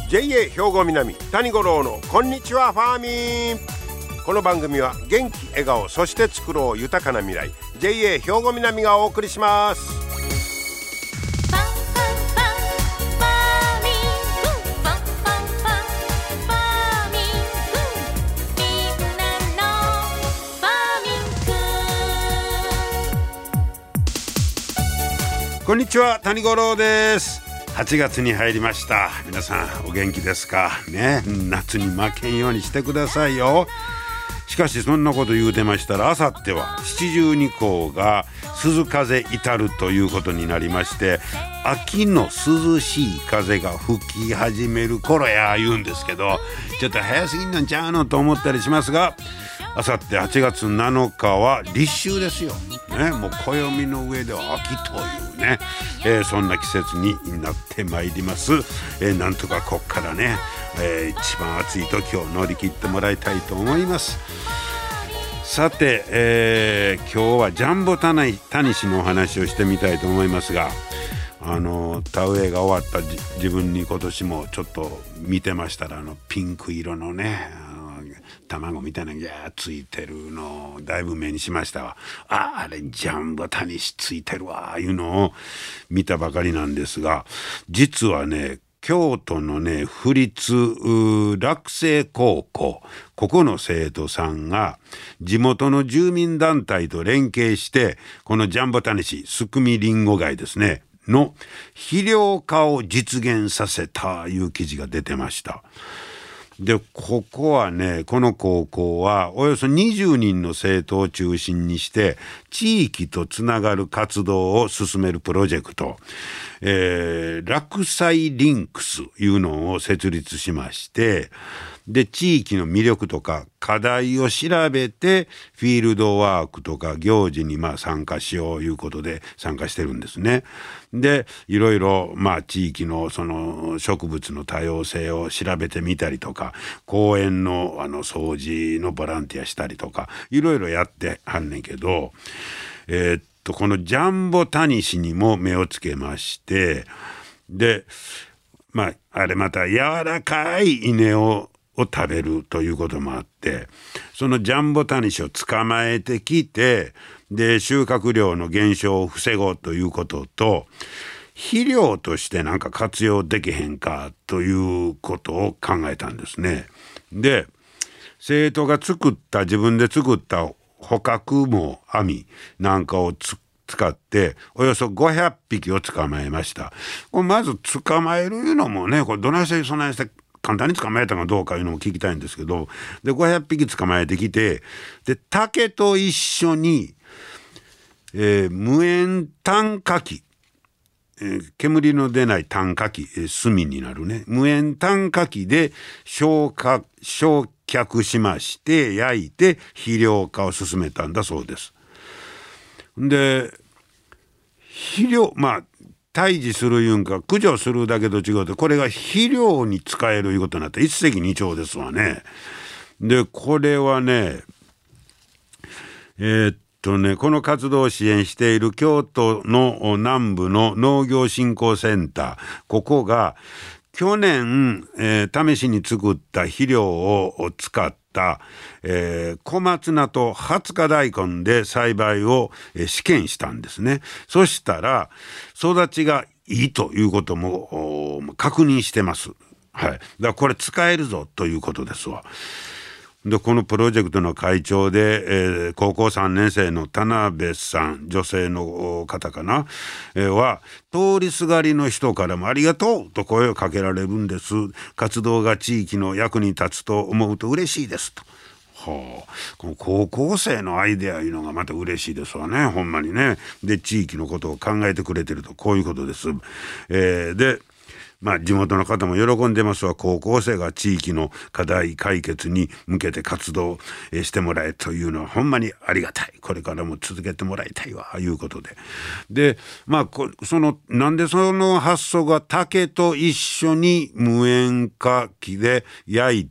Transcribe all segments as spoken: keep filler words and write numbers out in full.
ジェイエー 兵庫南谷五郎のこんにちはファーミン。この番組は元気笑顔そして作ろう豊かな未来 ジェイエー 兵庫南がお送りします。こんにちは谷五郎です。はちがつに入りました。皆さんお元気ですかね。夏に負けんようにしてくださいよ。しかしそんなこと言うてましたら、あさっては七十二候が涼風至るということになりまして、秋の涼しい風が吹き始める頃や言うんですけど、ちょっと早すぎんのんちゃうのと思ったりしますが、あさってはちがつなのかは立秋ですよ、ね、もう暦の上では秋というね、えー、そんな季節になってまいります、えー、なんとかこっからね、えー、一番暑い時を乗り切ってもらいたいと思います。さて、えー、今日はジャンボタニシのお話をしてみたいと思いますが、あの田植えが終わった自分に今年もちょっと見てましたら、あのピンク色のね卵みたいなのがついてるのをだいぶ目にしましたわ。ああれジャンボタニシついてるわいうのを見たばかりなんですが、実はね京都のね府立洛西高校、ここの生徒さんが地元の住民団体と連携して、このジャンボタニシスクミリンゴ貝ですねの肥料化を実現させたいう記事が出てました。でここはね、この高校はおよそにじゅうにんの生徒を中心にして地域とつながる活動を進めるプロジェクト、えー、洛西リンクスいうのを設立しまして、で地域の魅力とか課題を調べてフィールドワークとか行事にまあ参加しよういうことで参加してるんですね。でいろいろまあ地域のその植物の多様性を調べてみたりとか、公園のあの掃除のボランティアしたりとかいろいろやってはんねんけど、えー、っとこのジャンボタニシにも目をつけまして、でまああれまた柔らかい稲をを食べるということもあって、そのジャンボタニシを捕まえてきて、で収穫量の減少を防ごうということと、肥料としてなんか活用できへんかということを考えたんですね。で生徒が作った自分で作った捕獲網網なんかをつ使っておよそごひゃっぴきを捕まえました。これまず捕まえるいうのもね、これどないしてそんなにして簡単に捕まえたかどうかいうのも聞きたいんですけど、でごひゃっぴき捕まえてきて、で竹と一緒に、えー、無煙炭火器、えー、煙の出ない炭火器、えー、炭になるね無煙炭火器で焼化焼却しまして焼いて肥料化を進めたんだそうです。で肥料まあ退治するいうんか駆除するだけと違うて、これが肥料に使えるいうことになったら一石二鳥ですわね。でこれはねえー、っとねこの活動を支援している京都の南部の農業振興センター、ここが去年、えー、試しに作った肥料を使ったえー、小松菜とはつか大根で栽培を、えー、試験したんですね。そしたら育ちがいいということも確認してます。はい、だからこれ使えるぞということですわ。でこのプロジェクトの会長で、えー、高校さんねん生の田辺さん、女性の方かな、えー、は通りすがりの人からもありがとうと声をかけられるんです。活動が地域の役に立つと思うと嬉しいですと。はあ、この高校生のアイデアいうのがまた嬉しいですわね、ほんまにね。で地域のことを考えてくれてるとこういうことです。えー、でまあ地元の方も喜んでますわ。高校生が地域の課題解決に向けて活動してもらえというのはほんまにありがたい。これからも続けてもらいたいわいうことで、でまあそのなんでその発想が竹と一緒に無煙火器で焼いて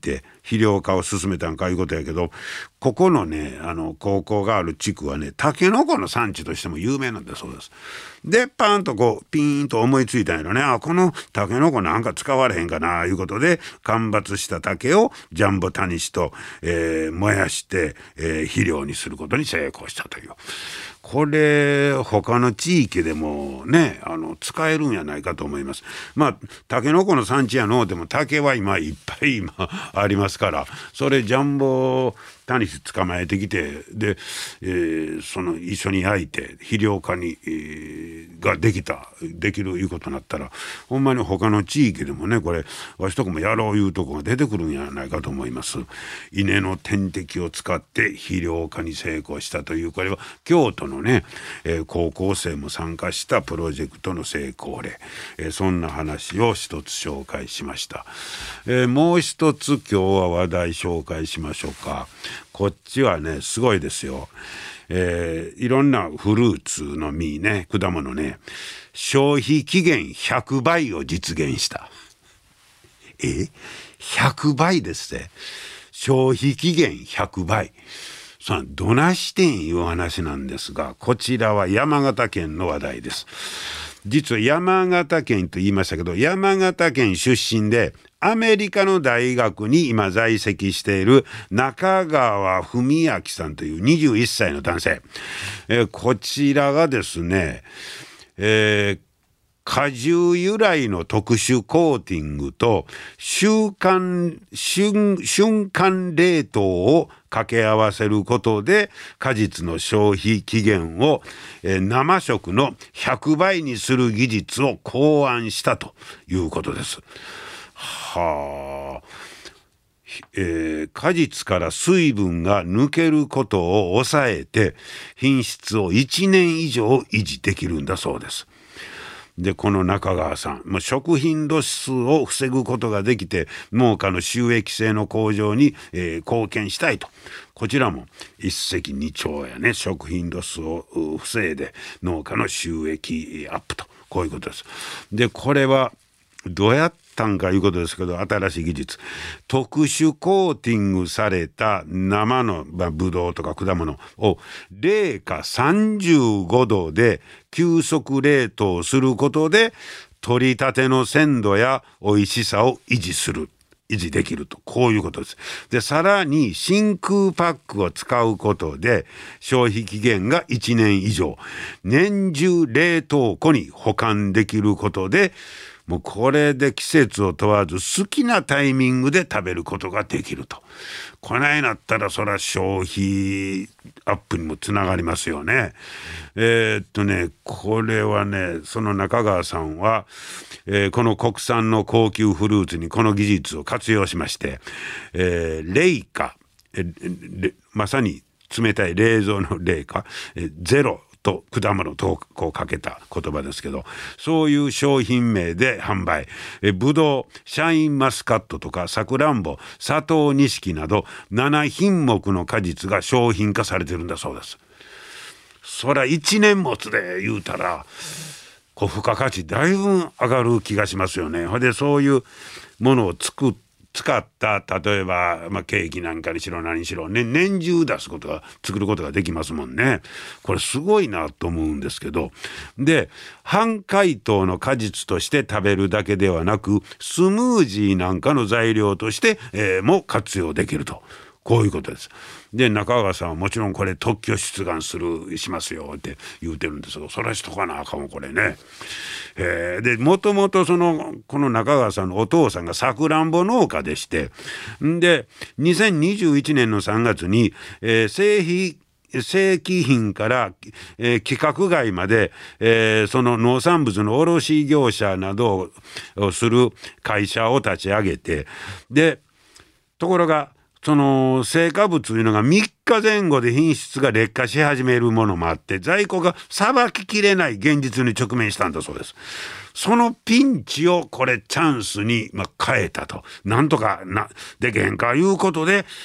肥料化を進めたんかいうことやけど、ここのねあの高校がある地区はねタケノコの産地としても有名なんだそうです。でパーンとこうピーンと思いついたんやろね。あこのタケノコなんか使われへんかないうことで、間伐した竹をジャンボタニシと、えー、燃やして、えー、肥料にすることに成功したという。これ他の地域でもねあの使えるんやないかと思います。まあタケノコの産地やのでも竹は今いっぱい今ありますから、それジャンボタニシ捕まえてきてで、えー、その一緒に焼いて肥料化に、えー、ができたできるいうことになったら、ほんまに他の地域でもねこれわしとこもやろういうとこが出てくるんやないかと思います。稲の天敵を使って肥料化に成功したという、これは京都のね、えー、高校生も参加したプロジェクトの成功例、えー、そんな話を一つ紹介しました。えー、もう一つ今日は話題紹介しましょうか。こっちはねすごいですよ。えー、いろんなフルーツの実ね果物ね消費期限ひゃくばいを実現した。えひゃくばいですね。消費期限ひゃくばい。そのどなしてんいう話なんですが、こちらは山形県の話題です。実は山形県と言いましたけど、山形県出身でアメリカの大学に今在籍している中川文明さんというにじゅういっさいの男性、えー、こちらがですね、えー果汁由来の特殊コーティングと瞬間、瞬、瞬間冷凍を掛け合わせることで果実の消費期限を、えー、生食のひゃくばいにする技術を考案したということです。はあ。えー、果実から水分が抜けることを抑えて品質をいちねん以上維持できるんだそうです。でこの中川さん、まあ、食品ロスを防ぐことができて農家の収益性の向上に、えー、貢献したいと。こちらも一石二鳥やね。食品ロスを防いで農家の収益アップと、こういうことです。でこれはどうやったんかいうことですけど、新しい技術、特殊コーティングされた生の、まあ、ブドウとか果物を零下さんじゅうごどで急速冷凍することで取り立ての鮮度や美味しさを維持する維持できると、こういうことです。でさらに真空パックを使うことで消費期限がいちねん以上年中冷凍庫に保管できることで、もうこれで季節を問わず好きなタイミングで食べることができると。こないなったらそら消費アップにもつながりますよね。えー、っとねこれはねその中川さんは、えー、この国産の高級フルーツにこの技術を活用しまして、えー、冷夏、えー、まさに冷たい冷蔵の冷夏、えー、ゼロと果物とこうかけた言葉ですけど、そういう商品名で販売。えブドウ、シャインマスカットとかさくらんぼ、佐藤錦などななひんもくの果実が商品化されてるんだそうです。そらいちねん持つで言うたらこう付加価値だいぶ上がる気がしますよね。ほんでそういうものを作って使った例えば、まあ、ケーキなんかにしろ何にしろ、ね、年中出すことが作ることができますもんね。これすごいなと思うんですけど、で半解凍の果実として食べるだけではなくスムージーなんかの材料として、えー、も活用できると、こういうことです。で中川さんはもちろんこれ特許出願するしますよって言うてるんですけど、それはしとかなあかんこれね。えー、でもともとそのこの中川さんのお父さんがさくらんぼ農家でして、んでにせんにじゅういちねんのさんがつに、えー、製品正規品から、えー、規格外まで、えー、その農産物の卸業者などをする会社を立ち上げて、でところがその成果物というのがみっかぜん後で品質が劣化し始めるものもあって在庫がさばききれない現実に直面したんだそうです。そのピンチをこれチャンスに、まあ、変えたと、なんとかなできへんかいうことで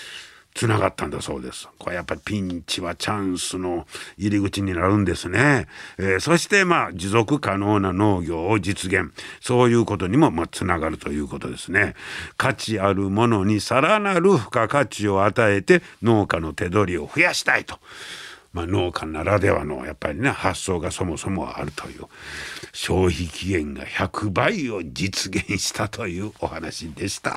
つながったんだそうです。これやっぱりピンチはチャンスの入り口になるんですね。えー、そしてまあ持続可能な農業を実現、そういうことにもまあつながるということですね。価値あるものにさらなる付加価値を与えて農家の手取りを増やしたいと。まあ、農家ならではのやっぱりね発想がそもそもあるという、消費期限がひゃくばいを実現したというお話でした。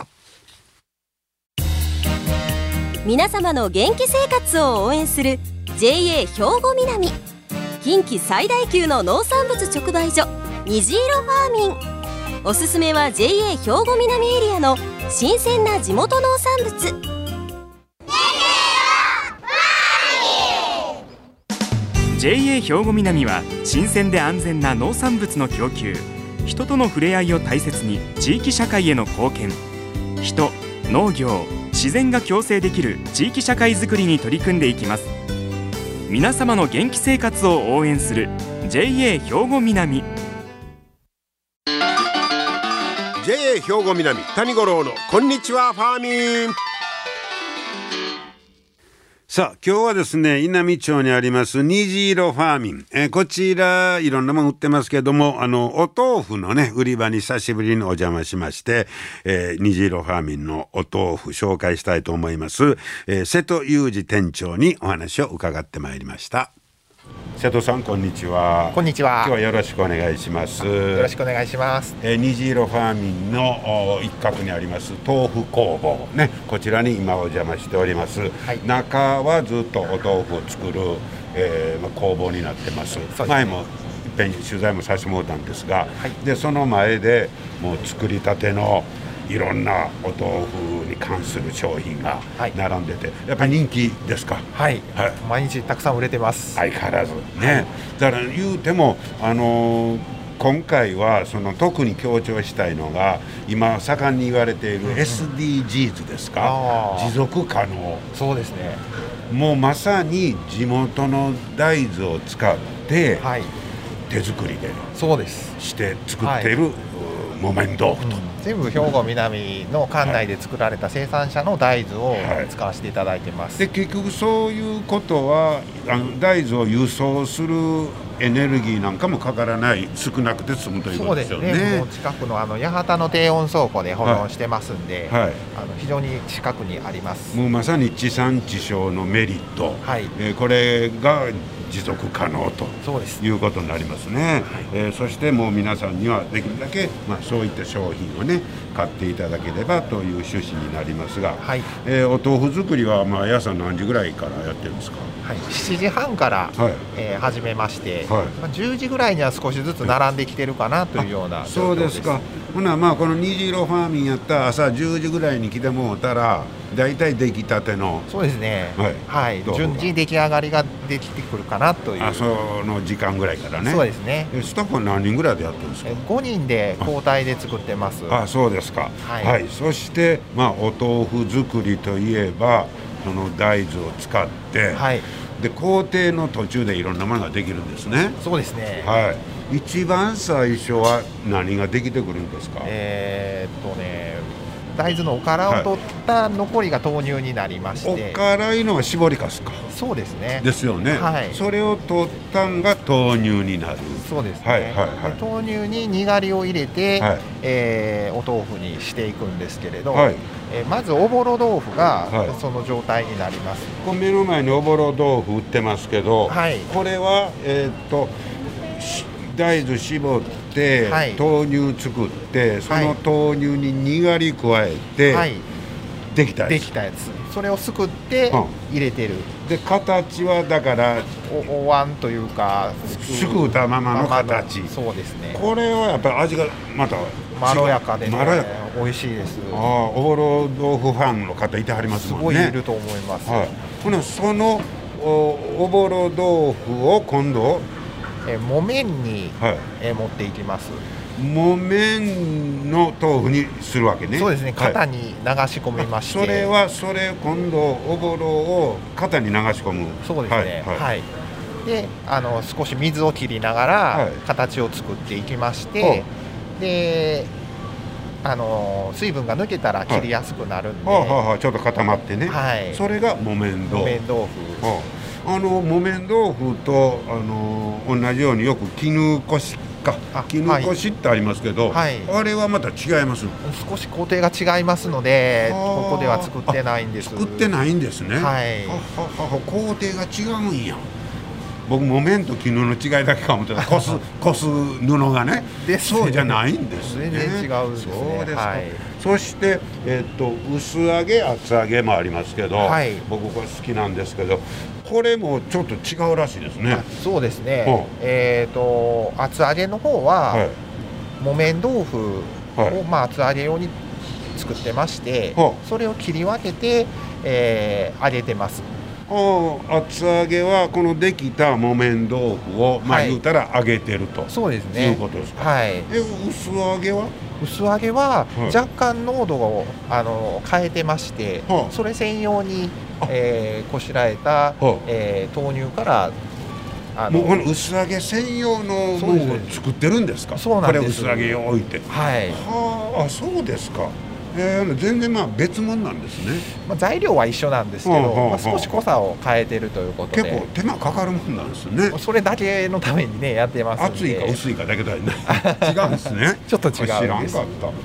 皆様の元気生活を応援する ジェイエー 兵庫南、近畿最大級の農産物直売所虹色ファーミン。おすすめは ジェイエー 兵庫南エリアの新鮮な地元農産物。 ジェイエー 兵庫南は新鮮で安全な農産物の供給、人との触れ合いを大切に地域社会への貢献、人、農業、自然が共生できる地域社会づくりに取り組んでいきます。皆様の元気生活を応援する ジェイエー 兵庫南。 ジェイエー 兵庫南谷五郎のこんにちはファーミン。さあ今日はですね、稲美町にあります虹色ファーミン、えー、こちらいろんなもの売ってますけども、あのお豆腐のね売り場に久しぶりにお邪魔しまして、えー、虹色ファーミンのお豆腐紹介したいと思います。えー、瀬戸裕二店長にお話を伺ってまいりました。瀬戸さんこんにちは。 こんにちは。 今日はよろしくお願いします。 よろしくお願いします。 えー、虹色ファーミンの一角にあります豆腐工房ね、こちらに今お邪魔しております。はい、中はずっとお豆腐を作る、えーまあ、工房になってます。 そうですね、 前もいっぺん取材もさせてもらったんですが、はい、でその前でもう作りたてのいろんなお豆腐に関する商品が並んでて、はい、やっぱり人気ですか？ はい、はい、毎日たくさん売れてます。 相変わらずね、はい、だから言うてもあのー、今回はその特に強調したいのが今盛んに言われている エスディージーズ ですか、うん、持続可能。 そうですね、 もうまさに地元の大豆を使って手作りでして作っている、はい、木綿豆腐と、うん、 全部兵庫南の管内で作られた生産者の大豆を使わせていただいてます。 はい、で結局そういうことはあの大豆を輸送するエネルギーなんかもかからない、少なくて済むということですよね。 そうですね、もう近くのあの八幡の低温倉庫で保存してますんで、はいはい、あの非常に近くにあります。 もうまさに地産地消のメリット、はい、えー、これが持続可能ということになりますね。はい、えー、そしてもう皆さんにはできるだけ、まあ、そういった商品をね買っていただければという趣旨になりますが、はい、えー、お豆腐作りはまあ朝何時ぐらいからやってるんですか？ はい、しちじはんから、はい、えー、始めまして、はい、まあ、じゅうじぐらいには少しずつ並んできてるかなというような状況です。 そうですか。ほなまあこの虹色ファーミンやったら朝じゅうじぐらいに来てもうたらだいたい出来たての、 そうですね、はい、はい、順次出来上がりができてくるかなという。 あ、その時間ぐらいからね。 そうですね。 スタッフは何人ぐらいでやってるんですか？ ごにんで交代で作ってます。 ああ、そうですか。はい、はい、そしてまあお豆腐作りといえばその大豆を使って、はい、で工程の途中でいろんなものができるんですね。 そうですね。 はい。一番最初は何ができてくるんですか？ えー、っとね大豆のおからを取った残りが豆乳になりまして、はい、 おからいうのは搾りかすか？ そうですね。 ですよね。はい。それを取ったんが豆乳になる。 そうですね。 はいはいはい、 豆乳ににがりを入れて、はい、えー、お豆腐にしていくんですけれど、はい、えー、まずおぼろ豆腐がその状態になります。 はい、目の前におぼろ豆腐売ってますけど、はい、これはえー、っと大豆絞って、はい、豆乳作って、その豆乳ににがり加えて、はい、できたやつ。 できたやつ。それをすくって入れてる。 うん、で形はだからお, お椀というかすくったままの形。 そうですね。 これはやっぱり味がまたまろやかでね、 まろやか、 美味しいです。 ああ、おぼろ豆腐ファンの方いてはりますもんね。 すごいいると思います。はい、 ほなその お, おぼろ豆腐を今度え木綿に、はい、え持っていきます。 木綿の豆腐にするわけね。 そうですね。型に流し込みまして、 はい、それはそれ今度おぼろを型に流し込む。 そうですね。はい、はいはい、であの少し水を切りながら形を作っていきまして、はい、であの水分が抜けたら切りやすくなるんで、 はいはあはあ、ちょっと固まってね、 はい、 それが木綿豆腐。 木綿豆腐、 はあ、あの木綿豆腐とあの同じようによく絹こしか絹こしってありますけど、はい、あれはまた違います。 少し工程が違いますので、ここでは作ってないんです。 作ってないんですね。 はい。 ははは工程が違うんや。僕木綿と絹の違いだけか思ってた。こすこす布がね。でそうじゃないんですね。 全然違うんですね。 そうですか。 はい、 そしてえっと薄揚げ厚揚げもありますけど、はい、僕これ好きなんですけど、これもちょっと違うらしいですね。 そうですね。うん、えっと厚揚げの方は、はい、木綿豆腐を、はい、まあ厚揚げ用に作ってまして、はい、それを切り分けて、えー、揚げてます。 厚揚げはこのできた木綿豆腐を、まあ、言うたら揚げてると、はい、 そうですね、 いうことですか。 はい、 え薄揚げは薄揚げは若干濃度をあの変えてまして、はい、それ専用に、えー、こしらえた、えー、豆乳からあのもうこの薄揚げ専用のものを作ってるんですか。 そうなんです。 これ薄揚げを置いて、 はい、 はあ、そうですか。えー、全然まあ別物なんですね。 まあ、材料は一緒なんですけど、はあはあ、まあ、少し濃さを変えてるということで、 結構手間かかるもんなんですね。 それだけのためにねやってますんで。 厚いか薄いかだけだよね。違うんですね。 ちょっと違うんです。 知らんかった。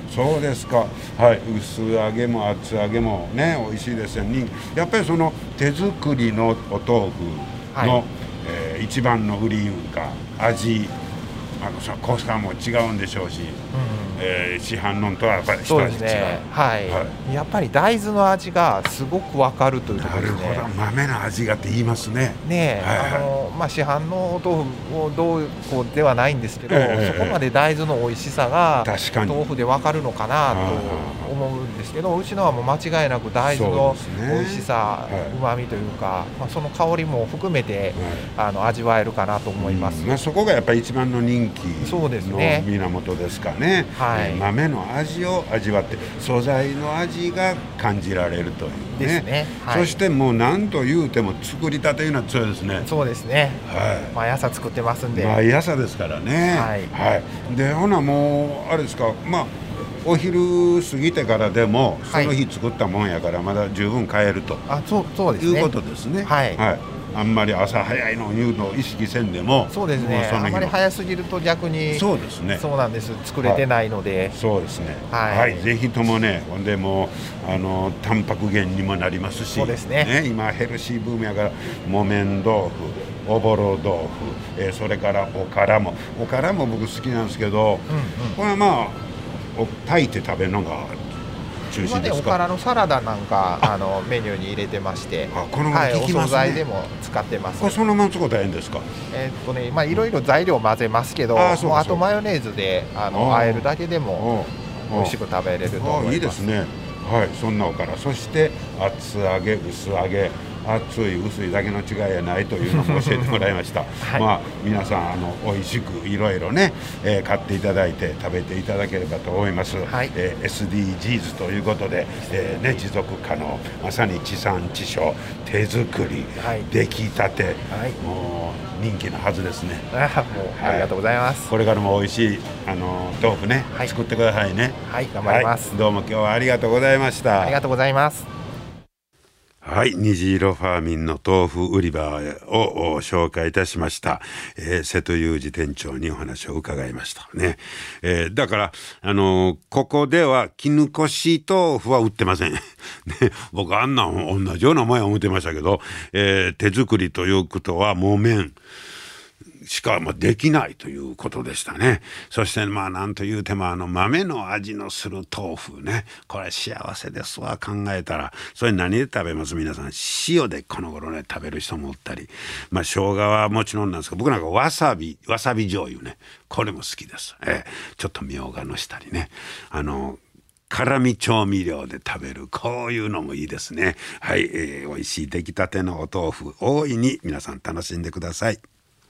そうですか。はい、薄揚げも厚揚げもね美味しいですよね。やっぱりその手作りのお豆腐の、はい、えー、一番の売りいうか味、あのその濃さも違うんでしょうし。うん、えー、市販のとはやっぱり一味違う。そうですね、 はい、はい、やっぱり大豆の味がすごく分かるということですね。 なるほど、豆の味がって言いますね。 ねえ、はいはい、あのまあ、市販のお豆腐をどうこうではないんですけど、えー、そこまで大豆の美味しさが豆腐で分かるのかなと思うんですけど、うちのはもう間違いなく大豆の美味しさ、うまみというか、まあ、その香りも含めて、はい、あの味わえるかなと思います。うん、まあ、 そこがやっぱり一番の人気の源ですかね。はい、豆の味を味わって素材の味が感じられるというね。 ですね。はい、 そしてもう何と言うても作りたていうのは強いですね。 そうですね。 はい、 毎朝作ってますんで。 毎朝ですからね。はい。はい、でほなもうあれですか、まあお昼過ぎてからでもその日作ったもんやからまだ十分買えると。 あ、そうそうですね。 いうことですね。 はい。はい。 あんまり朝早いのを言うのを意識せんでも、 そうですね、あんまり早すぎると逆にそうですね、 そうなんです、作れてないので、 はい、そうですね、はい、はい、ぜひともね、ほんでもうあのタンパク源にもなりますし、 そうですね、 ね、今ヘルシーブームやから木綿豆腐、おぼろ豆腐、えー、それからおからもおからも僕好きなんですけど、うんうん、これはまあ炊いて食べるのが中心ですか。 今ね、おからのサラダなんかあのメニューに入れてまして、 あ、このまま効きますね。 はい、お惣菜でも使ってます。 これそのまま使うとええんですか。 えー、っとね、まあいろいろ材料混ぜますけど、あ, もうあとマヨネーズであの和えるだけでも美味しく食べれると思います。 いいですね。はい、そんなおから、そして厚揚げ、薄揚げ、厚い薄いだけの違いはないというのも教えてもらいました。はい、まあ皆さんあの美味しくいろいろね、えー、買っていただいて食べていただければと思います。はい、えー、エスディージーズ ということで、えーね、持続可能、まさに地産地消、手作り、はい、出来たて、はい、もう人気のはずですね。 あ、もうありがとうございます。 はい、これからも美味しいあの豆腐ね、はい、作ってくださいね。 はい、頑張ります。 はい、どうも今日はありがとうございました。 ありがとうございます。 はい、虹色ファーミンの豆腐売り場を紹介いたしました、えー、瀬戸裕二店長にお話を伺いましたね。えー、だからあのー、ここでは絹こし豆腐は売ってませんね。僕あんな同じような前は思ってましたけど、えー、手作りということは木綿しかまあできないということでしたね。そしてまあなんというてもあの豆の味のする豆腐ね、これ幸せですわ。考えたらそれ何で食べます？皆さん塩でこの頃ね食べる人もおったり、まあ生姜はもちろんなんですけど、僕なんかわさびわさび醤油ね、これも好きです。えー、ちょっとみょうがのしたりね、あの辛味調味料で食べるこういうのもいいですね。はい、えー、美味しい出来たてのお豆腐大いに皆さん楽しんでください。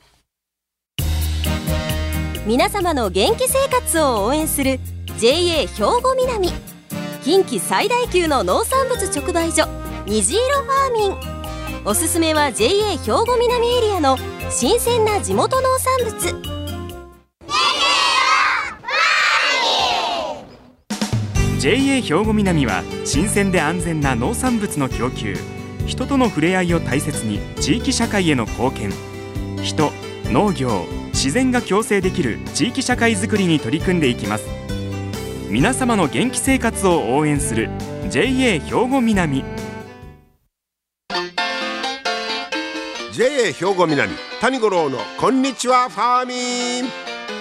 皆様の元気生活を応援する ジェイエー 兵庫南、近畿最大級の農産物直売所虹色ファーミン。おすすめは ジェイエー 兵庫南エリアの新鮮な地元農産物。 ジェイエー 兵庫南は新鮮で安全な農産物の供給、人との触れ合いを大切に地域社会への貢献、人、農業、自然が共生できる地域社会づくりに取り組んでいきます。皆様の元気生活を応援する ジェイエー 兵庫南。 ジェイエー 兵庫南谷五郎のこんにちはファーミン。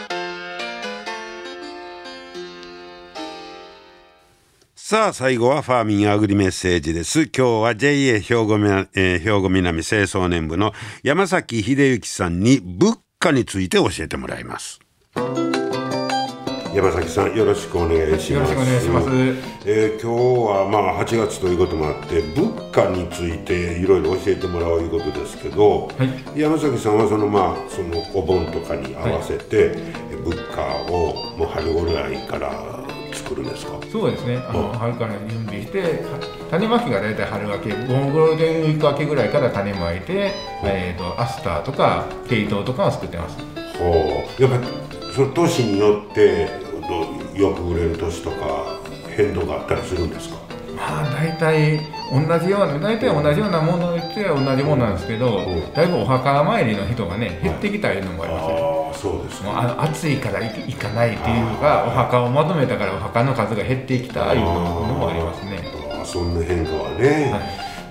さあ最後はファーミンアグリメッセージです。今日は ジェイエー 兵庫南、えー、兵庫南清掃年部の山崎秀幸さんに物価について教えてもらいます。山崎さん、よろしくお願いします。 よろしくお願いします。 えー、今日はまあはちがつということもあって物価についていろいろ教えてもらういうことですけど、はい、山崎さんはそのまあそのお盆とかに合わせて、はい、物価をもう春ぐらいから作るんですか？ そうですね、あの春から準備して種まきがだいたい春明け、ゴールデンウィーク明けぐらいから種まいて、えー、とアスターとかケイトウとかを作ってます。 ほう、やっぱりその年によってよく売れる年とか変動があったりするんですか？ まあ大体同じような大体同じようなものを言っては同じものなんですけど、うん、だいぶお墓参りの人がね減ってきたいうのもありますね。 ああ、そうですね。 もうあ暑いから行かないっていうか、お墓をまとめたからお墓の数が減ってきたいうのもありますね。 ああ、そんな変化はね、はい、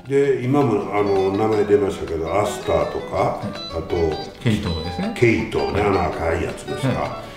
で今もあの名前出ましたけどアスターとか、はい、あとケイトウですね。 ケイトウね、穴赤いやつですか、はい、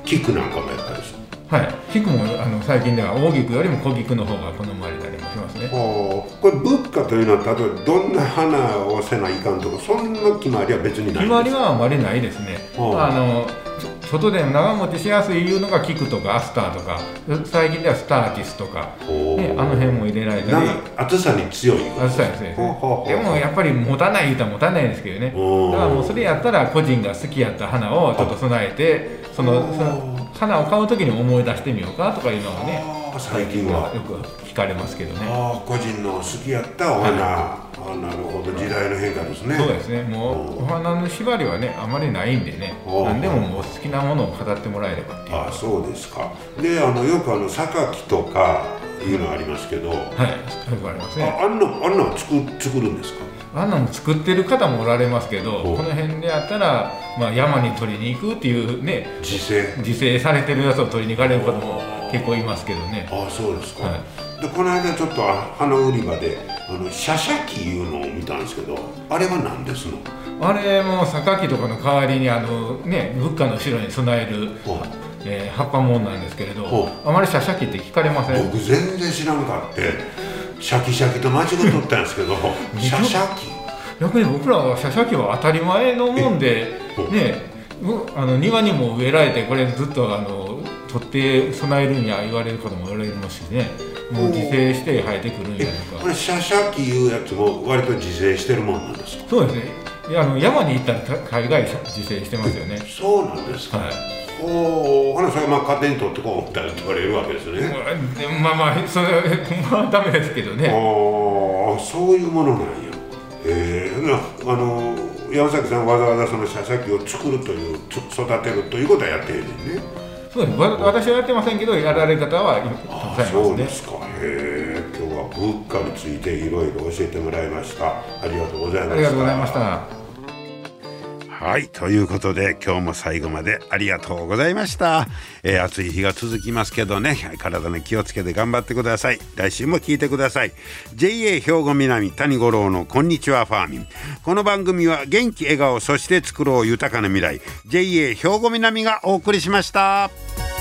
菊なんかもやったりする。 はい、菊もあの最近では大菊よりも小菊の方が好まれたりもしますね。 これ物価というのは例えばどんな花をせないかんとかそんな決まりは別にないんですか？決まりはあまりないですね。あの外で長持ちしやすいいうのが菊とかアスターとか、最近ではスターティスとか、ね、あの辺も入れられたり。 暑さに強い。 暑さに強いですね。でもやっぱり持たない言うたら持たないんですけどね。だからもうそれやったら個人が好きやった花をちょっと備えて、そのその花を買うときに思い出してみようかとかいうのはね、 最近はよく聞かれますけどね。 あ、個人の好きやったお花、はい、あ、なるほど、時代の変化ですね。 そうですね。もうお花の縛りはねあまりないんでね、何でももう好きなものを飾ってもらえればっていう。 あ、そうですか。で、あのよくあの榊とかいうのありますけど、はい、よくありますね。 あ、あんなあんなの作作るんですか？ あんなの作ってる方もおられますけど、この辺でやったら、まあ、山に取りに行くっていうね、 自生自生されてるやつを取りに行かれる方も結構いますけどね。 ああ、そうですか。はい、でこの間ちょっと花売り場であのシャシャキいうのを見たんですけど、あれは何ですの？ あれも榊とかの代わりにあのね、仏花の後ろに備える、えー、葉っぱもんなんですけれど、あまりシャシャキって聞かれません？ 僕全然知らんかって。シャキシャキと間違えとったんですけどシャシャキ、 逆に僕らはシャシャキは当たり前のもんでね、あの庭にも植えられてこれずっとあの取って備えるんや言われることも言われますしね、もう自生して生えてくるんやとか。 これシャシャキいうやつも割と自生してるもんなんですか？ そうですね。いや、あの山に行ったら海外自生してますよね。 そうなんですか。はい、おお、話はまあ勝手に取ってこうみたいな言われるわけですね。 まあまあそれはダメですけどね。ああ、そういうものなんや。ええ、あの山崎さんわざわざそのシャシャキを作るという育てるということはやっているんね。 そうです。私はやってませんけどやられる方はたくさんいますね。 そうですか。へえ、今日は物価についていろいろ教えてもらいました。ありがとうございました。 ありがとうございました。 はい、ということで今日も最後までありがとうございました。えー、暑い日が続きますけどね、体に気をつけて頑張ってください。来週も聞いてください。 ジェイエー 兵庫南谷五郎のこんにちはファーミン。この番組は元気笑顔そして作ろう豊かな未来 ジェイエー 兵庫南がお送りしました。